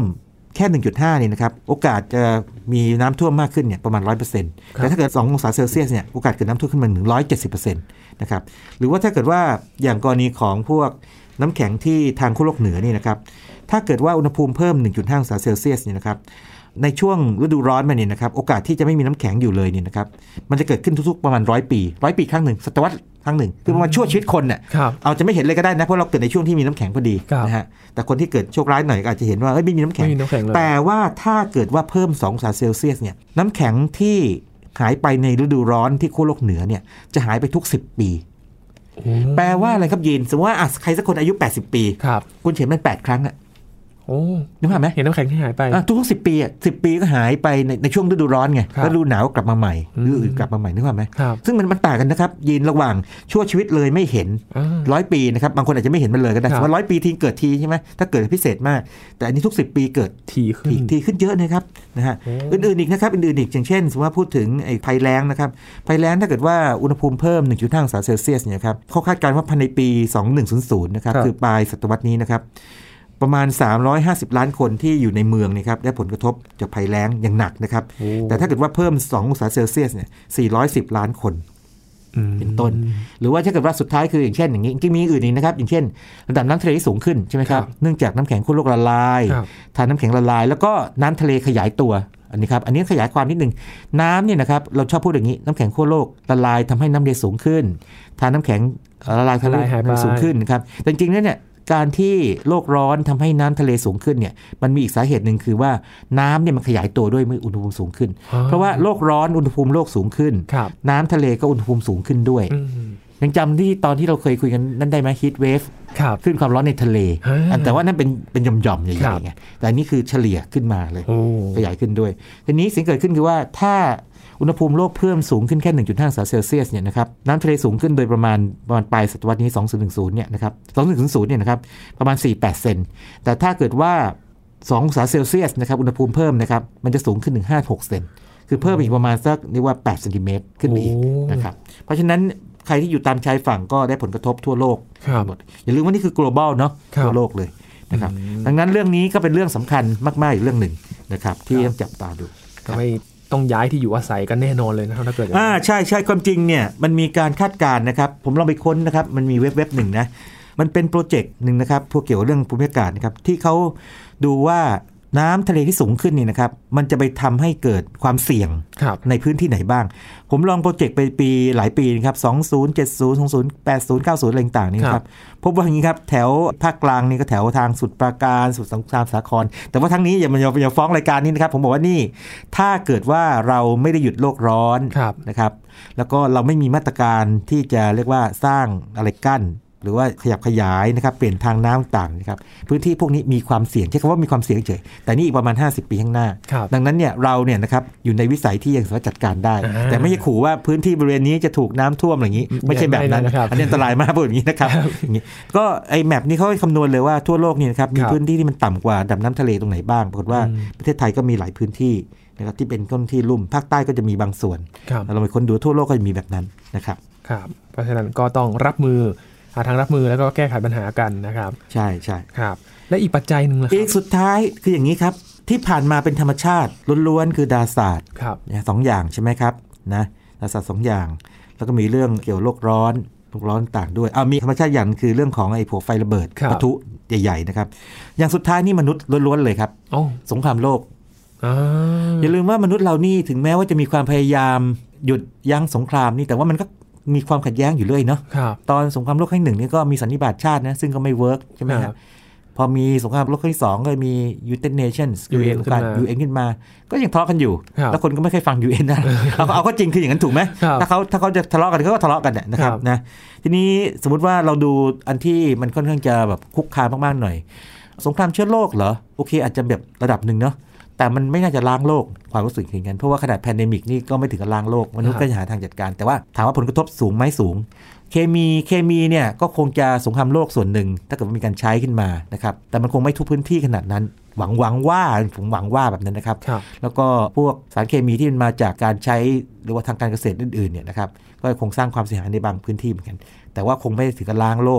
แค่ หนึ่งจุดห้า นี่นะครับโอกาสจะมีน้ำท่วมมากขึ้นเนี่ยประมาณ ร้อยเปอร์เซ็นต์ แต่ถ้าเกิดสององศาเซลเซียสเนี่ยโอกาสเกิดน้ำท่วมขึ้นมาถึง หนึ่งร้อยเจ็ดสิบเปอร์เซ็นต์ นะครับหรือว่าถ้าเกิดว่าอย่างกรณีของพวกน้ำแข็งที่ทางขั้วโลกเหนือนี่นะครับถ้าเกิดว่าอุณหภูมิเพิ่ม หนึ่งจุดห้า องศาเซลเซียสเนี่ยนะครับในช่วงฤดูร้อนมาเนี่ยนะครับโอกาสที่จะไม่มีน้ำแข็งอยู่เลยเนี่ยนะครับมันจะเกิดขึ้นทุกๆประมาณร้อยปีร้อยปีครั้งหนึ่งศตวรรษครั้งหนึ่งคือประมาณชั่วชีวิตคนเนี่ยเอาจะไม่เห็นเลยก็ได้นะเพราะเราเกิดในช่วงที่มีน้ำแข็งพอดีนะฮะแต่คนที่เกิดโชคร้ายหน่อยอาจจะเห็นว่าเอ้ยไม่มีน้ำแข็งแต่ว่าถ้าเกิดว่าเพิ่มสององศาเซลเซียสเนี่ยน้ำแข็งที่หายไปในฤดูร้อนที่ขั้วโลกเหนือเนี่ยจะหายไปทุกสิบปีแปลว่าอะไรครับยินสมมติว่าใครสักคนอายุแปดสิบปีคุณเห็นมันแปดครั้งอะโอ้นึกภาพไหมเห็นน้ำแข็งที่หายไปทุกๆสิบปีอ่ะสิบปีก็หายไปในในช่วงฤดูร้อนไงแล้วฤดูหนาวกลับมาใหม่ฤดูอื่นกลับมาใหม่นึกภาพไหมซึ่งมันมันต่างกันนะครับยินระหว่างชั่วชีวิตเลยไม่เห็นร้อยปีนะครับบางคนอาจจะไม่เห็นมันเลยก็ได้ว่าร้อยปีทีเกิดทีใช่ไหมถ้าเกิดพิเศษมากแต่อันนี้ทุกสิบปีเกิดทีขึ้นทีขึ้นเยอะนะครับนะฮะอื่นๆอีกนะครับอื่นๆอีกอย่างเช่นสมมติว่าพูดถึงไอ้ภัยแล้งนะครับภัยแล้งถ้าเกิดว่าอุณหภูมิเพิ่ม หนึ่งจุดห้า องศาเซลเซียสเนี่ยครับเขาคาดการณ์ว่าภายในปีสองพันหนึ่งร้อยนะครับคือปลายศตวรรษนี้นะครับประมาณสามร้อยห้าสิบล้านคนที่อยู่ในเมืองนะครับได้ผลกระทบจากภัยแล้งอย่างหนักนะครับแต่ถ้าเกิดว่าเพิ่มสององศาเซลเซียสเนี่ยสี่ร้อยสิบล้านคนเป็นต้นหรือว่าถ้าเกิดว่าสุดท้ายคืออย่างเช่นอย่างนี้จริงๆมีอื่นอีกนะครับอย่างเช่นระดับน้ำทะเลที่สูงขึ้นใช่ไหมครับเนื่องจากน้ำแข็งขั้วโลกละลายทานน้ำแข็งละลายแล้วก็น้ำทะเลขยายตัวอันนี้ครับอันนี้ขยายความนิดนึงน้ำเนี่ยนะครับเราชอบพูดอย่างนี้น้ำแข็งขั้วโลกละลายทำให้น้ำทะเลสูงขึ้นทานน้ำแข็งละลายทะเลสูงขึ้นนะครับแต่จริงๆแล้วเนี่ยการที่โลกร้อนทำให้น้ำทะเลสูงขึ้นเนี่ยมันมีอีกสาเหตุหนึ่งคือว่าน้ำเนี่ยมันขยายตัวด้วยเมื่ออุณหภูมิสูงขึ้นเพราะว่าโลกร้อนอุณหภูมิโลกสูงขึ้นน้ำทะเลก็อุณหภูมิสูงขึ้นด้วยยังจำที่ตอนที่เราเคยคุยกันนั่นได้ไหมฮีทเวฟขึ้นความร้อนในทะเลแต่ว่านั่นเป็นเป็นหย่อมๆใหญ่ๆไงแต่อันนี้คือเฉลี่ยขึ้นมาเลยขยายขึ้นด้วยทีนี้สิ่งเกิดขึ้นคือว่าถ้าอุณหภูมิโลกเพิ่มสูงขึ้นแค่ หนึ่งจุดห้า องศาเซลเซียสเนี่ยนะครับน้ำทะเลสูงขึ้นโดยประมาณประมาณปลายศตวรรษนี้สองพันสิบเนี่ยนะครับสองพันสิบเนี่ยนะครับประมาณสี่สิบแปดเซนแต่ถ้าเกิดว่าสององศาเซลเซียสนะครับอุณหภูมิเพิ่มนะครับมันจะสูงขึ้นถึงห้าสิบหกเซนคือเพิ่มอีกประมาณสักเรียกว่าแปดเซนติเมตรขึ้นไปอีกนะครับเพราะฉะนั้นใครที่อยู่ตามชายฝั่งก็ได้ผลกระทบทั่วโลกหมดอย่าลืมว่านี่คือ global เนาะทั่วโลกเลยนะครับดังนั้นเรื่องนี้ก็เป็นเรื่องสำคัญมากๆอีกเรื่องหนึ่งนะครับที่ต้องจับตาดูไม่ต้องย้ายที่อยู่อาศัยกันแน่นอนเลยนะครับถ้าเกิดอ่าใช่ใช่ความจริงเนี่ยมันมีการคาดการณ์นะครับผมลองไปค้นนะครับมันมีเว็บเว็บหนึ่งนะมันเป็นโปรเจกต์หนึ่งนะครับพวกเกี่ยวกับเรื่องภูมิอากาศนะครับที่เขาดูว่าน้ำทะเลที่สูงขึ้นนี่นะครับมันจะไปทำให้เกิดความเสี่ยงในพื้นที่ไหนบ้างผมลองโปรเจกต์ไปปีหลายปีนะครับสองพันเจ็ดสิบ สองพันแปดสิบ เก้าสิบอะไรต่างๆนี่ครับพบว่าอย่างนี้ครับแถวภาคกลางนี่ก็แถวทางสุดปราการสุดสงขลาสาครแต่ว่าทั้งนี้อย่ามาอย่าฟ้องรายการนี้นะครับผมบอกว่านี่ถ้าเกิดว่าเราไม่ได้หยุดโลกร้อนนะครับแล้วก็เราไม่มีมาตรการที่จะเรียกว่าสร้างอะไรกั้นหรือว่าขยับขยายนะครับเปลี่ยนทางน้ำต่างนะครับพื้นที่พวกนี้มีความเสี่ยงใช้คำว่ามีความเสี่ยงเฉยแต่นี่อีกประมาณห้าสิบปีข้างหน้าดังนั้นเนี่ยเราเนี่ยนะครับอยู่ในวิสัยที่ยังสามารถจัดการได้แต่ไม่ใช่ขู่ว่าพื้นที่บริเวณนี้จะถูกน้ำท่วมอะไรอย่างนี้ไม่ใช่แบบนั้นอันนี้อันตรายมากพูดอย่างนี้นะครับอย่างนี้ก็ไอ้แมปนี้เขาคำนวณเลยว่าทั่วโลกนี่นะครับมีพื้นที่ที่มันต่ำกว่าระดับน้ำทะเลตรงไหนบ้างปรากฏว่าประเทศไทยก็มีหลายพื้นที่นะครับที่เป็นก้นที่ลุ่มภาคใต้ก็จะมีบางส่วนเราไปค้นดูทั่วโลกก็จะมีแบบนั้นนะครับครับเพราะฉะนั้นก็ต้องรับมือหาทางรับมือแล้วก็แก้ไขปัญหากันนะครับใช่ใช่ครับและอีกปัจจัยหนึ่งล่ะอีกสุดท้ายคืออย่างนี้ครับที่ผ่านมาเป็นธรรมชาติล้วนๆคือดาราศาสตร์สองอย่างใช่ไหมครับนะดาราศาสตร์สองอย่างแล้วก็มีเรื่องเกี่ยวโลกร้อนโลกร้อนต่างด้วยเอามีธรรมชาติอย่างคือเรื่องของไอ้พวกไฟระเบิดปะทุใหญ่ๆนะครับอย่างสุดท้ายนี่มนุษย์ล้วนๆเลยครับสงครามโลกอย่าลืมว่ามนุษย์เรานี่ถึงแม้ว่าจะมีความพยายามหยุดยั้งสงครามนี่แต่ว่ามันก็มีความขัดแย้งอยู่เรื่อยเนาะตอนสงครามโลกครั้งหนึ่งนี่ก็มีสันนิบาตชาตินะซึ่งก็ไม่เวิร์กใช่ไหมครับพอมีสงครามโลกครั้งที่สองก็มี United Nations ยู เอ็นขึ้นมา ยู เอ็น ขึ้นมาก็ยังทะเลาะกันอยู่แล้วคนก็ไม่เคยฟัง ยู เอ็น นะเอาเอาก็จริงคืออย่างนั้นถูกไหมถ้าเขาถ้าเขาจะทะเลาะกันเขาก็ทะเลาะกันนะครับนะทีนี้สมมุติว่าเราดูอันที่มันค่อนข้างจะแบบคุกคามมากๆหน่อยสงครามเชื้อโรคเหรอโอเคอาจจะแบบระดับหนึ่งเนาะแต่มันไม่น่าจะล้างโลกความรู้สึกอย่างนั้นเพราะว่าขนาดแพนเดมิกนี่ก็ไม่ถึงกับล้างโลกมนุษย์ก็จะหาทางจัดการแต่ว่าถามว่าผลกระทบสูงไหมสูงเคมีเคมีเนี่ยก็คงจะสงครามโลกส่วนหนึ่งถ้าเกิดมีการใช้ขึ้นมานะครับแต่มันคงไม่ทุกพื้นที่ขนาดนั้นหวังหวังว่าผมหวังว่าแบบนั้นนะครับแล้วก็พวกสารเคมีที่มันมาจากการใช้หรือว่าทางการเกษตรอื่นๆเนี่ยนะครับก็คงสร้างความเสียหายในบางพื้นที่เหมือนกันแต่ว่าคงไม่ถึงกับล้างโลก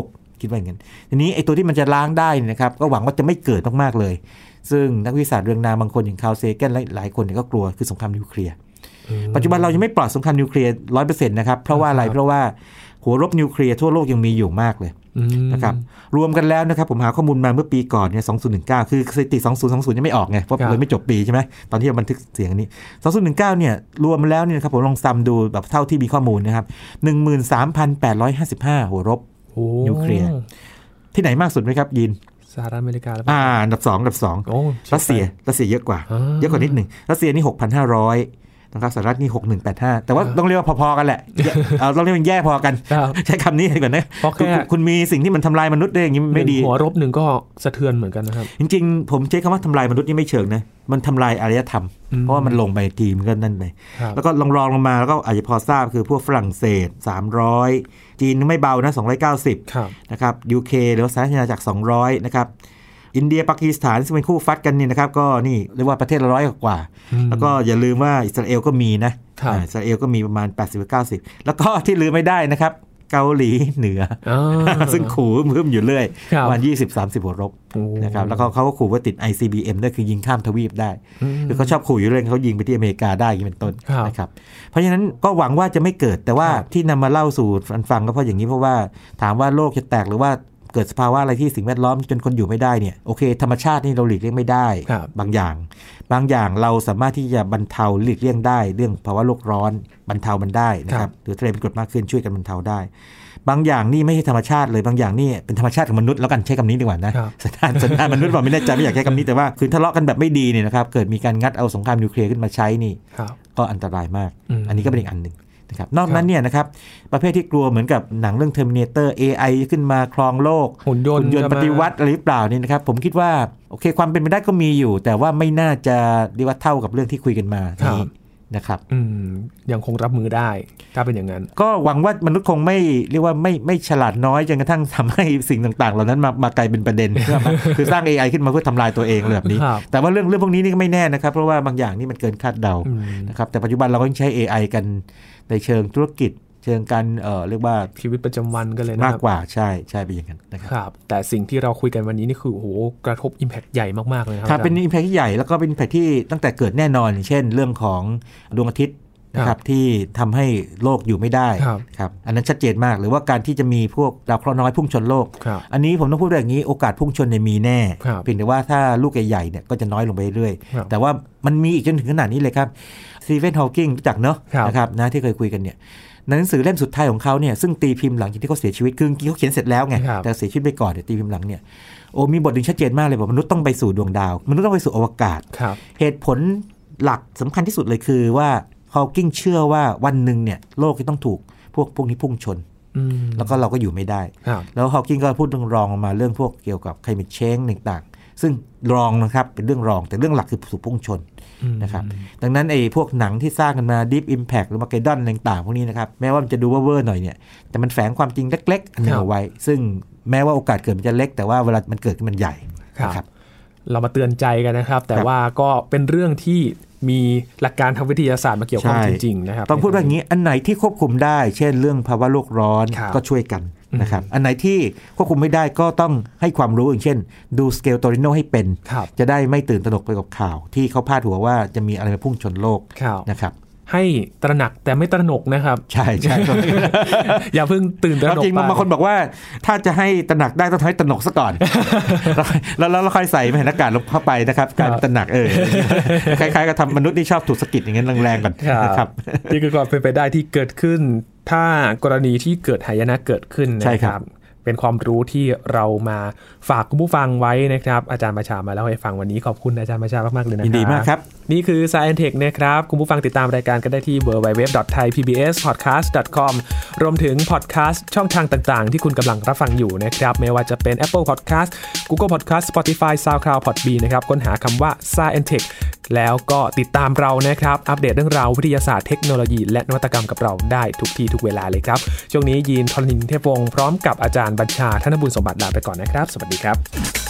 คิดว่าอย่างนั้นทีนี้ไอ้ตัวที่มันจะล้างได้นะครับก็หวังว่าจะไม่เกิดมากๆเลยซึ่งนักวิทยาศาสตร์เรืองนามบางคนอย่างคาร์ล เซแกนและหลายคนเนี่ยก็กลัวคือสงครามนิวเคลียร์ปัจจุบันเรายังไม่ปลอดสงครามนิวเคลียร์ ร้อยเปอร์เซ็นต์ นะครับเพราะว่าอะไรเพราะว่าหัวรบนิวเคลียร์ทั่วโลกยังมีอยู่มากเลยนะครับรวมกันแล้วนะครับผมหาข้อมูลมาเมื่อปีก่อนเนี่ยสองพันสิบเก้าคือสถิติสองพันยี่สิบยังไม่ออกไงเพราะเลยไม่จบปีใช่ไหมตอนที่เราบันทึกเสียงอันนี้สองพันสิบเก้าเนี่ยรวมแล้วเนี่ยครับผมลองซ้ำดูแบบเท่าที่มีข้อมูลนะครับ หนึ่งหมื่นสามพันแปดร้อยห้าสิบห้า หัวรบนิวเคลียร์ที่ไหนมากสุดไหมครับยินสหรัฐอเมริกาอ่าอันดับสองอันดับสองรัสเซียรัสเซียเยอะกว่าเยอะกว่านิดหนึ่งรัสเซียนี่ หกพันห้าร้อยนะครับสหรัฐนี่หกพันหนึ่งร้อยแปดสิบห้าแต่ว่าต้องเรียกว่าพอๆกันแหละเอาต้องเรียกว่าแย่พอกันใช้คำนี้ดีกว่านะคุณมีสิ่งที่มันทำลายมนุษย์ได้อย่างนี้ไม่ดีหัวรบหนึ่งก็สะเทือนเหมือนกันนะครับจริงๆผมใช้คำว่าทำลายมนุษย์นี่ไม่เชิงนะมันทำลายอารยธรรมเพราะว่ามันลงไปทีมันก็นั่นไปแล้วก็ลองรองลงมาแล้วก็อาจจะพอทราบคือพวกฝรั่งเศสสามร้อยจีนไม่เบานะสองร้อยเก้าสิบนะครับยูเคหรือสหรัฐอเมริกาจากสองร้อยนะครับอินเดียปากีสถานซึ่งเป็นคู่ฟัดกันนี่นะครับก็นี่เรียกว่าประเทศละร้อยกว่าแล้วก็อย่าลืมว่าอิสราเอลก็มีนะอิสราเอลก็มีประมาณ แปดสิบถึงเก้าสิบ แล้วก็ที่ลืมไม่ได้นะครับเกาหลีเหนือซึ่งขู่มืมอยู่เรื่อยประมาณ ยี่สิบถึงสามสิบ หัวรบนะครับแล้วก็เขาก็ขู่ว่าติด ไอ ซี บี เอ็ม ด้วยคือยิงข้ามทวีปได้คือเขาชอบขู่อยู่เรื่อยเขายิงไปที่อเมริกาได้อย่างเป็นต้นนะครับเพราะฉะนั้นก็หวังว่าจะไม่เกิดแต่ว่าที่นำมาเล่าสู่ฟังก็เพราะอย่างนี้เพราะว่าถามว่าโลกจะแตกหรือว่าเกิดสภาวะอะไรที่สิ่งแวดล้อมจนคนอยู่ไม่ได้เนี่ยโอเคธรรมชาตินี่เราหลีกเลี่ยงไม่ได้บางอย่างบางอย่างเราสามารถที่จะบรรเทาหลีกเลี่ยงได้เรื่องภาวะโลกร้อนบรรเทามันได้นะครับหรือทะเลเป็นกรดมากขึ้นช่วยกันบรรเทาได้บางอย่างนี่ไม่ใช่ธรรมชาติเลยบางอย่างนี่เป็นธรรมชาติของมนุษย์แล้วกันใช้คำนี้ดีกว่านะสันดานสันดานมนุษย์บอกไม่แน่ใจไม่อยากใช้คำนี้แต่ว่าคือทะเลาะกันแบบไม่ดีเนี่ยนะครับเกิดมีการงัดเอาสงครามนิวเคลียร์ขึ้นมาใช้นี่ก็อันตรายมากอันนี้ก็เป็นอีกอันนึงนอกนั้นเนี่ยนะครับประเภทที่กลัวเหมือนกับหนังเรื่อง Terminator เอ ไอ ขึ้นมาครองโลกหุ่นยนต์หุ่นยนต์ปฏิวัติอะไรหรือเปล่านี่นะครับผมคิดว่าโอเคความเป็นไปได้ก็มีอยู่แต่ว่าไม่น่าจะเรียกว่าเท่ากับเรื่องที่คุยกันมานี้นะครับอืมยังคงรับมือได้ถ้าเป็นอย่างนั้นก็หวังว่ามนุษย์คงไม่เรียกว่าไม่ไม่ฉลาดน้อยจนกระทั่งทำให้สิ่งต่างๆเหล่านั้นมามากลายเป็นประเด็น คือสร้าง เอ ไอ ขึ้นมาเพื่อทำลายตัวเองแบบนี้แต่ว่าเรื่องเรื่องพวกนี้นี่ก็ไม่แน่นะครับเพราะว่าบางอย่างนี่มันเกินคาดเดานะครับแต่ปัจจุบันเราก็ยังใช้ เอ ไอ กันในเชิงธุรกิจเชิงการเอ่อเรียกว่าชีวิตประจำวันกันเลยนะมากกว่าใช่ใช่เป็นอย่างนั้นนะครับแต่สิ่งที่เราคุยกันวันนี้นี่คือโอ้โหกระทบ impact ใหญ่มากๆเลยครับครับเป็น impact ที่ใหญ่แล้วก็เป็น impact ที่ตั้งแต่เกิดแน่นอนอย่างเช่นเรื่องของดวงอาทิตย์นะครับที่ทำให้โลกอยู่ไม่ได้ครับอันนั้นชัดเจนมากหรือว่าการที่จะมีพวกดาวเคราะห์น้อยพุ่งชนโลกอันนี้ผมต้องพูดอย่างนี้โอกาสพุ่งชนเนี่ยมีแน่เพียงแต่ว่าถ้าลูกใหญ่ๆเนี่ยก็จะน้อยลงไปเรื่อยๆแต่ว่ามันมีอีกจนถึงขนาดนี้เลยครับสตีเฟน ฮอว์กิงรู้จักเนาะนะครับนะที่เคยคุยกันเนี่ยในหนังสือเล่มสุดท้ายของเขาเนี่ยซึ่งตีพิมพ์หลังจากที่เขาเสียชีวิตคือเขาเขียนเสร็จแล้วไงแต่เสียชีวิตไปก่อนเนี่ยตีพิมพ์หลังเนี่ยโอ้มีบทหนึ่งชัดเจนมากเลยบอกมนุษย์ต้องไปสู่ดวงดาวมนุษย์ต้องไปสู่อวกาศเหตุผลหลักสำคัญที่สุดเลยคือว่าฮอว์กิงเชื่อว่าวันหนึ่งเนี่ยโลกจะต้องถูกพวกพวกนี้พุ่งชนแล้วก็เราก็อยู่ไม่ได้แล้วฮอว์กิงก็พูดเรื่องรองออกมาเรื่องพวกเกี่ยวกับ climate change ต่างๆซึ่งรองนะครับเป็นเรื่องรองแต่เรื่องหลักคือถูกพุ่งชนนะครับดังนั้นไอ้พวกหนังที่สร้างกันมา Deep Impact หรือ Armageddon ต่างๆพวกนี้นะครับแม้ว่ามันจะดูว่าเวอร์หน่อยเนี่ยแต่มันแฝงความจริงเล็กๆอันนึงเอาไว้ซึ่งแม้ว่าโอกาสเกิดมันจะเล็กแต่ว่าเวลามันเกิดขึ้นมันใหญ่นะครับเรามาเตือนใจกันนะครับแต่ว่าก็เป็นเรื่องที่มีหลักการทางวิทยาศาสตร์มาเกี่ยวข้องจริงๆนะครับต้องพูดว่าอย่างนี้อันไหนที่ควบคุมได้เช่นเรื่องภาวะโลกร้อนก็ช่วยกันนะครับอันไหนที่ควบคุมไม่ได้ก็ต้องให้ความรู้อย่างเช่นดูสเกลโตริโนให้เป็นจะได้ไม่ตื่นตระหนกไปกับข่าวที่เขาพาดหัวว่าจะมีอะไรมาพุ่งชนโลกนะครับให้ตระหนักแต่ไม่ตระหนกนะครับใช่ใช่อย่าเพิ่งตื่นตระหนกจริงบางคนบอกว่าถ้าจะให้ตระหนักได้ต้องให้ตระหนกซะก่อนแล้วแล้วเราค่อยใส่หน้ากากลงเข้าไปนะครับการตระหนักเออคล้ายๆกับทำมนุษย์ที่ชอบถูกสะกิดอย่างนั้นแรงๆก่อนนะครับนี่คือความเป็นไปได้ที่เกิดขึ้นถ้ากรณีที่เกิดหายนะเกิดขึ้นนะครับเป็นความรู้ที่เรามาฝากคุณผู้ฟังไว้นะครับอาจารย์ประชามาแล้วให้ฟังวันนี้ขอบคุณอาจารย์ประชามากๆเลยนะครับยินดีมากครับนี่คือ Science Tech นะครับคุณผู้ฟังติดตามรายการกันได้ที่ ดับเบิลยู ดับเบิลยู ดับเบิลยู ดอท ไทย พี บี เอส พอดแคสต์ ดอท คอม รวมถึงพอดแคสต์ช่องทางต่างๆที่คุณกำลังรับฟังอยู่นะครับไม่ว่าจะเป็น Apple Podcast Google Podcast Spotify SoundCloud Podbean นะครับค้นหาคำว่า Science Tech แล้วก็ติดตามเรานะครับอัปเดตเรื่องราววิทยาศาสตร์เทคโนโลยีและนวัตกรรมกับเราได้ทุกที่ทุกเวลาเลยครับช่วงนี้ยีนทรณินเทพวงศ์พร้อมกับอาจารย์บัญชาธนบุญสมบัติลาไปก่อนนะครับสวัสดีครับ